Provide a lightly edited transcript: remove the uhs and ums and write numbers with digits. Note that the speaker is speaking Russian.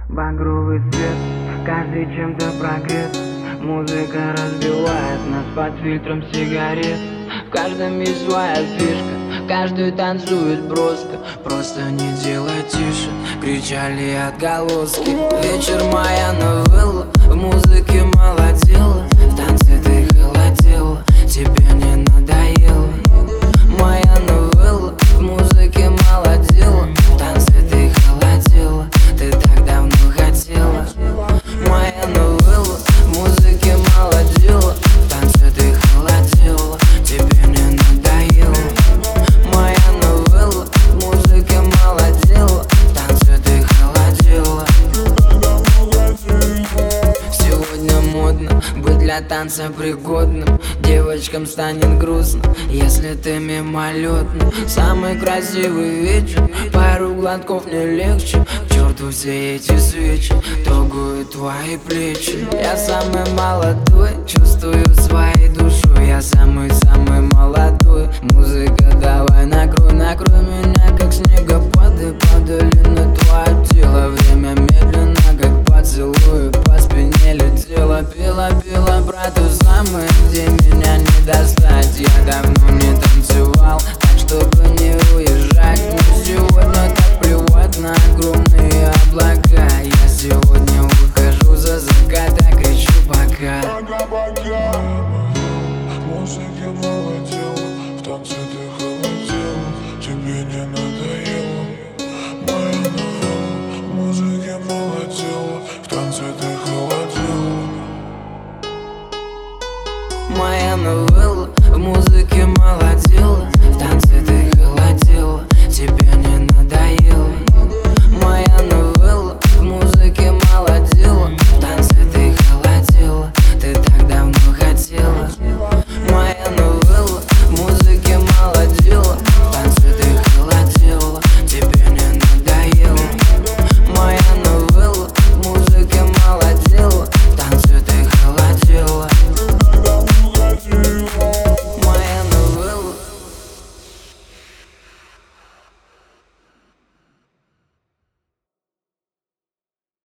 Багровый цвет, каждый чем-то прогрет. Музыка разбивает нас под фильтром сигарет. В каждом есть своя фишка, каждый танцует броско. Просто не делай тише, кричали отголоски. Вечер моя новелла, в музыке мало дела. В танце ты холодела, тебе не надоело. Моя новелла, в музыке мало дела. В танце ты холодела, ты так давно хотела. Моя новелла, в музыке мало дела. В танце ты холодела, тебе не надоело. Моя новелла, в музыке мало дела. В танце ты холодела. Сегодня модно быть для танца пригодным. Девочкам станет грустно, если ты мимолетно. Самый красивый вечер, пару глотков не легче. К черту все эти свечи, трогают твои плечи. Я самый молодой, чувствую своей душой. Я самый-самый молодой. Музыка, давай накрой, накрой меня, как снегопады. Падали на твое тело, время медленно, как поцелуй. По спине летела, пела, пела про то самое, где